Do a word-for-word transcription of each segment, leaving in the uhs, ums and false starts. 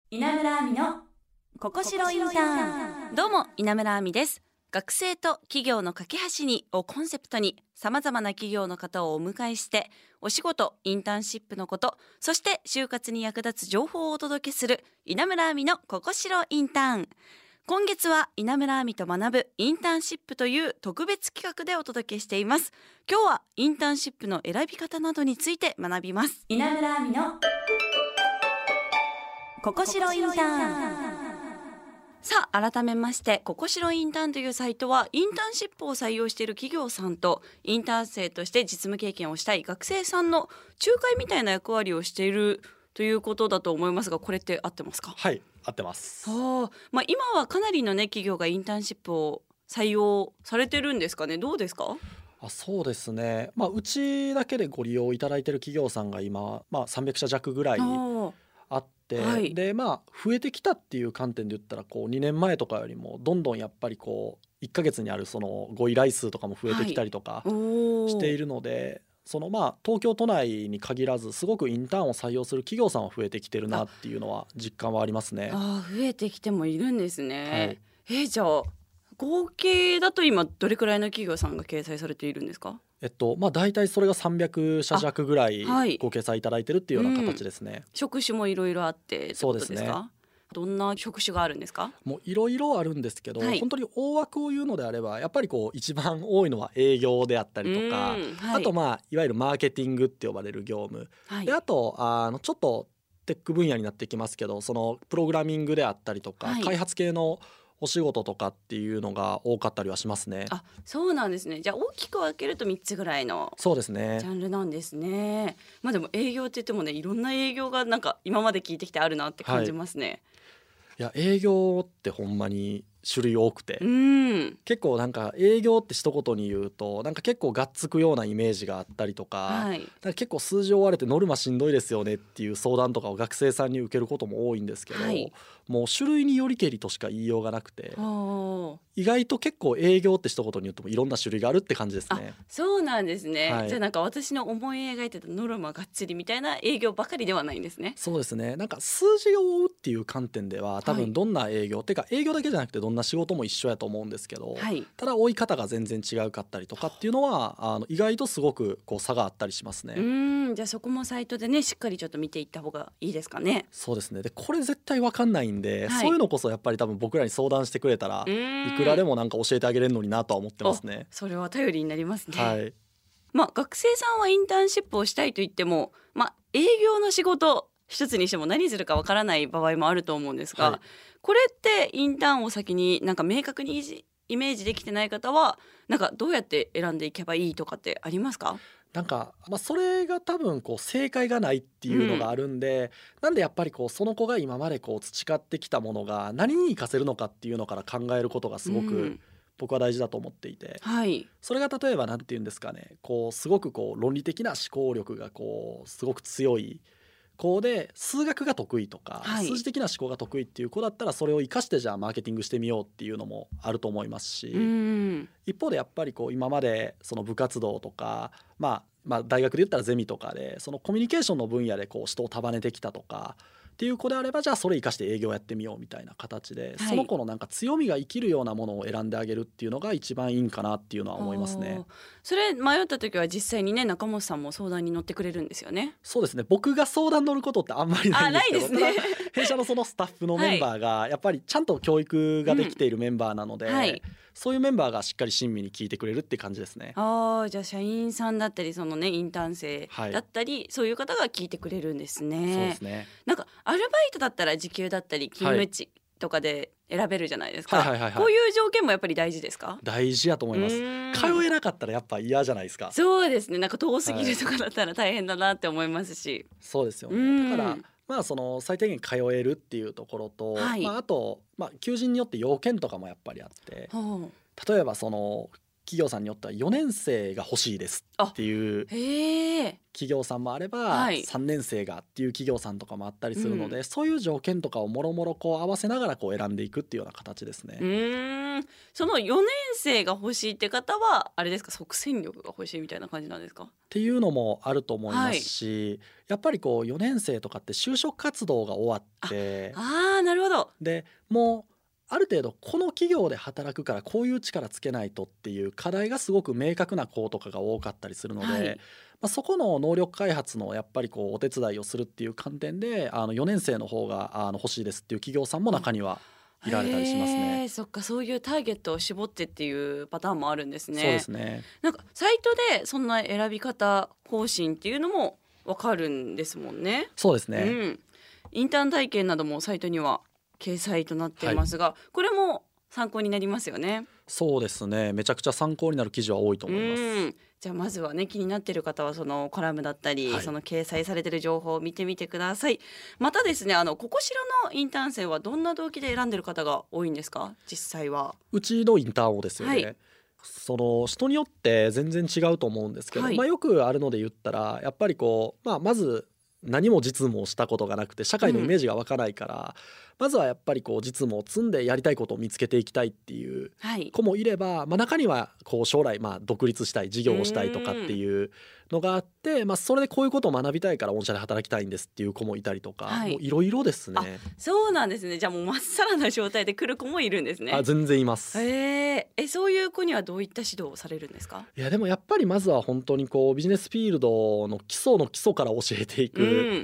稲村亜美のここしろインターン。どうも稲村亜美です。学生と企業の架け橋にをコンセプトにさまざまな企業の方をお迎えしてお仕事、インターンシップのこと、そして就活に役立つ情報をお届けする稲村亜美のここしろインターン。今月は稲村亜美と学ぶインターンシップという特別企画でお届けしています。今日はインターンシップの選び方などについて学びます。稲村亜美のここしろインターン。さあ、改めましてここしろインターンというサイトはインターンシップを採用している企業さんとインターン生として実務経験をしたい学生さんの仲介みたいな役割をしているということだと思いますが、これって合ってますか？ はい、合ってます。 あ、まあ、今はかなりの、ね、企業がインターンシップを採用されてるんですかね。どうですか？ あ、そうですね、まあ、うちだけでご利用いただいている企業さんが今、まあ、さんびゃくしゃ弱ぐらいあって、 はい、 でまあ増えてきたっていう観点で言ったらこうにねんまえとかよりもどんどんやっぱりこういっかげつにあるそのご依頼数とかも増えてきたりとかしているので、そのまあ東京都内に限らずすごくインターンを採用する企業さんは増えてきてるなっていうのは実感はありますね。 ああ、増えてきてもいるんですね。 はい、 えー、じゃあ合計だと今どれくらいの企業さんが掲載されているんですか？ えっとまあ、大体それがさんびゃくしゃ弱ぐらいはいご掲載いただいてるっていうような形ですね。 うん、職種もいろいろあってってことですか？そうですね。どんな職種があるんですか？ もういろいろあるんですけど、 はい、 本当に大枠を言うのであればやっぱりこう一番多いのは営業であったりとか、はい、あとまあいわゆるマーケティングって呼ばれる業務、はい、であとあのちょっとテック分野になってきますけど、そのプログラミングであったりとか、はい、開発系のお仕事とかっていうのが多かったりはしますね。 あ、そうなんですね。じゃあ大きく分けるとみっつぐらいのジャンルなんですね。まあでも営業って言ってもね、いろんな営業がなんか今まで聞いてきてあるなって感じますね。はい、 いや営業ってほんまに種類多くて、 うん、 結構なんか営業って一言に言うとなんか結構がっつくようなイメージがあったりとか、はい、なんか結構数字を追われてノルマしんどいですよねっていう相談とかを学生さんに受けることも多いんですけど、はい、もう種類によりけりとしか言いようがなくて、意外と結構営業って一言に言ってもいろんな種類があるって感じですね。 あ、そうなんですね。はい、じゃあなんか私の思い描いてたノルマがっつりみたいな営業ばかりではないんですね。 そうですね。なんか数字を追うっていう観点では多分どんな営業、はい、てか営業だけじゃなくてどんな仕事も一緒やと思うんですけど、はい、ただ追い方が全然違うかったりとかっていうのはあの意外とすごくこう差があったりしますね。 うーん、じゃあそこもサイトでねしっかりちょっと見ていった方がいいですかね。 そうですね。でこれ絶対分かんないんで、はい、そういうのこそやっぱり多分僕らに相談してくれたらいくらでもなんか教えてあげれるのになとは思ってますね。 それは頼りになりますね。 はい、 まあ、学生さんはインターンシップをしたいと言っても、まあ、営業の仕事一つにしても何するかわからない場合もあると思うんですが、はい、これってインターンを先になんか明確にイメージできてない方はなんかどうやって選んでいけばいいとかってありますか？ なんか、まあ、それが多分こう正解がないっていうのがあるんで、うん、なんでやっぱりこうその子が今までこう培ってきたものが何に活かせるのかっていうのから考えることがすごく僕は大事だと思っていて、うん、はい、それが例えばなんていうんですかね、こうすごくこう論理的な思考力がこうすごく強い子で数学が得意とか、はい、数字的な思考が得意っていう子だったらそれを生かしてじゃあマーケティングしてみようっていうのもあると思いますし、うん、一方でやっぱりこう今までその部活動とか、まあ、まあ大学で言ったらゼミとかでそのコミュニケーションの分野でこう人を束ねてきたとかっていう子であればじゃあそれ生かして営業やってみようみたいな形で、はい、その子のなんか強みが生きるようなものを選んであげるっていうのが一番いいんかなっていうのは思いますね。 それ迷った時は実際にね中本さんも相談に乗ってくれるんですよね。 そうですね。僕が相談乗ることってあんまりないんですけど、 あ、ないですね。 弊社のそのスタッフのメンバーがやっぱりちゃんと教育ができているメンバーなので、うん、はい、そういうメンバーがしっかり親身に聞いてくれるって感じですね。 あ、じゃあ社員さんだったりそのねインターン生だったり、はい、そういう方が聞いてくれるんですね。 そうですね。 なんかアルバイトだったら時給だったり勤務地とかで選べるじゃないですか、はいはいはいはい、こういう条件もやっぱり大事ですか？ 大事やと思います。通えなかったらやっぱ嫌じゃないですか。 そうですね。なんか遠すぎるとかだったら大変だなって思いますし、はい、 そうですよね。だからまあその最低限通えるっていうところと、はい、まあ、あと、まあ、求人によって要件とかもやっぱりあって、例えばその企業さんによってはよねん生が欲しいですっていうへえ。 企業さんもあれば、 はい、 さんねん生がっていう企業さんとかもあったりするので、 うん、 そういう条件とかをもろもろこう合わせながらこう選んでいくっていうような形ですね。 うーん。そのよねん生が欲しいって方はあれですか、即戦力が欲しいみたいな感じなんですか？ っていうのもあると思いますし、はい、やっぱりこうよねん生とかって就職活動が終わって、 ああーなるほど。 でもうある程度この企業で働くからこういう力つけないとっていう課題がすごく明確な子とかが多かったりするので、はい、まあ、そこの能力開発のやっぱりこうお手伝いをするっていう観点であのよねん生の方があの欲しいですっていう企業さんも中にはいられたりしますね。 へー、そっか、そういうターゲットを絞ってっていうパターンもあるんですね。 そうですね。 なんかサイトでそんな選び方方針っていうのも分かるんですもんね。 そうですね、 うん、インターン体験などもサイトには掲載となっていますが、はい、これも参考になりますよね。 そうですね、めちゃくちゃ参考になる記事は多いと思います。 うん、じゃあまずはね、気になっている方はそのコラムだったり、はい、その掲載されている情報を見てみてください。またですね、あのここしろのインターン生はどんな動機で選んでる方が多いんですか？実際は。 うちのインターンをですよね、はい、その人によって全然違うと思うんですけど、はい、まあ、よくあるので言ったらやっぱりこう、まあ、まず何も実務をしたことがなくて社会のイメージが湧かないから、うん、まずはやっぱりこう実務を積んでやりたいことを見つけていきたいっていう子もいれば、はい、まあ、中にはこう将来まあ独立したい事業をしたいとかっていうのがあって、まあ、それでこういうことを学びたいから御社で働きたいんですっていう子もいたりとか、はい、もういろいろですね。 あ、そうなんですね。じゃあもうまっさらな状態で来る子もいるんですね。 あ、全然います。 えー、えそういう子にはどういった指導をされるんですか？ いやでもやっぱりまずは本当にこうビジネスフィールドの基礎の基礎から教えていく、うん、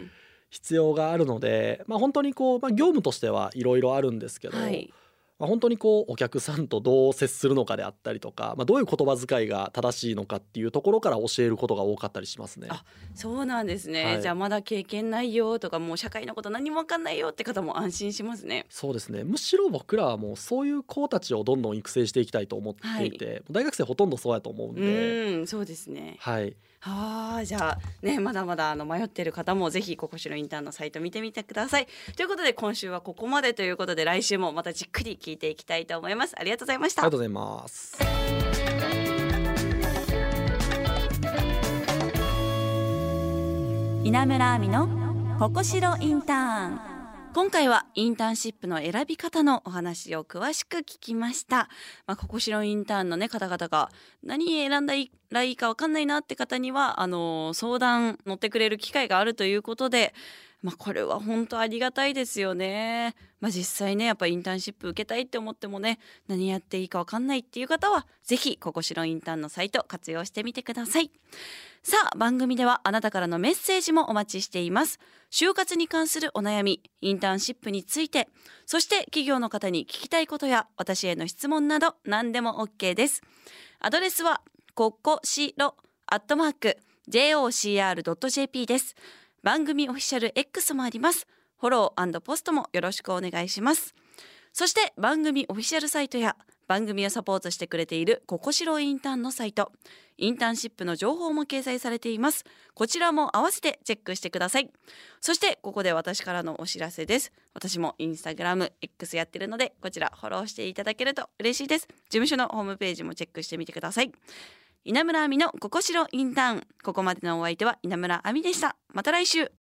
必要があるので、まあ、本当にこう、まあ、業務としてはいろいろあるんですけど、はい、まあ、本当にこうお客さんとどう接するのかであったりとか、まあ、どういう言葉遣いが正しいのかっていうところから教えることが多かったりしますね。 あ、そうなんですね、はい、じゃあまだ経験ないよとかもう社会のこと何も分かんないよって方も安心しますね。 そうですね、むしろ僕らはもうそういう子たちをどんどん育成していきたいと思っていて、はい、大学生ほとんどそうやと思うんで。 うん、そうですね。 はい、 はあ、じゃあね、まだまだあの迷っている方もぜひここしろインターンのサイト見てみてください。ということで今週はここまでということで、来週もまたじっくり聞いていきたいと思います。ありがとうございました。 ありがとうございます。 稲村亜美のここしろインターン。今回はインターンシップの選び方のお話を詳しく聞きました。まあ、ここしろインターンの、ね、方々が何選んだらいいか分かんないなって方にはあの相談乗ってくれる機会があるということで、まあ、これは本当ありがたいですよね。まあ、実際ねやっぱインターンシップ受けたいって思ってもね、何やっていいか分かんないっていう方はぜひここしろインターンのサイト活用してみてください。さあ、番組ではあなたからのメッセージもお待ちしています。就活に関するお悩み、インターンシップについて、そして企業の方に聞きたいことや私への質問など何でも OK です。アドレスはここしろアットマーク ジェイオーシーアールドットジェーピー です。番組オフィシャル X もあります。フォロー&ポストもよろしくお願いします。そして番組オフィシャルサイトや番組をサポートしてくれているここしろインターンのサイト、インターンシップの情報も掲載されています。こちらも合わせてチェックしてください。そしてここで私からのお知らせです。私もインスタグラム X やってるので、こちらフォローしていただけると嬉しいです。事務所のホームページもチェックしてみてください。稲村亜美のここしろインターン。ここまでのお相手は稲村亜美でした。また来週。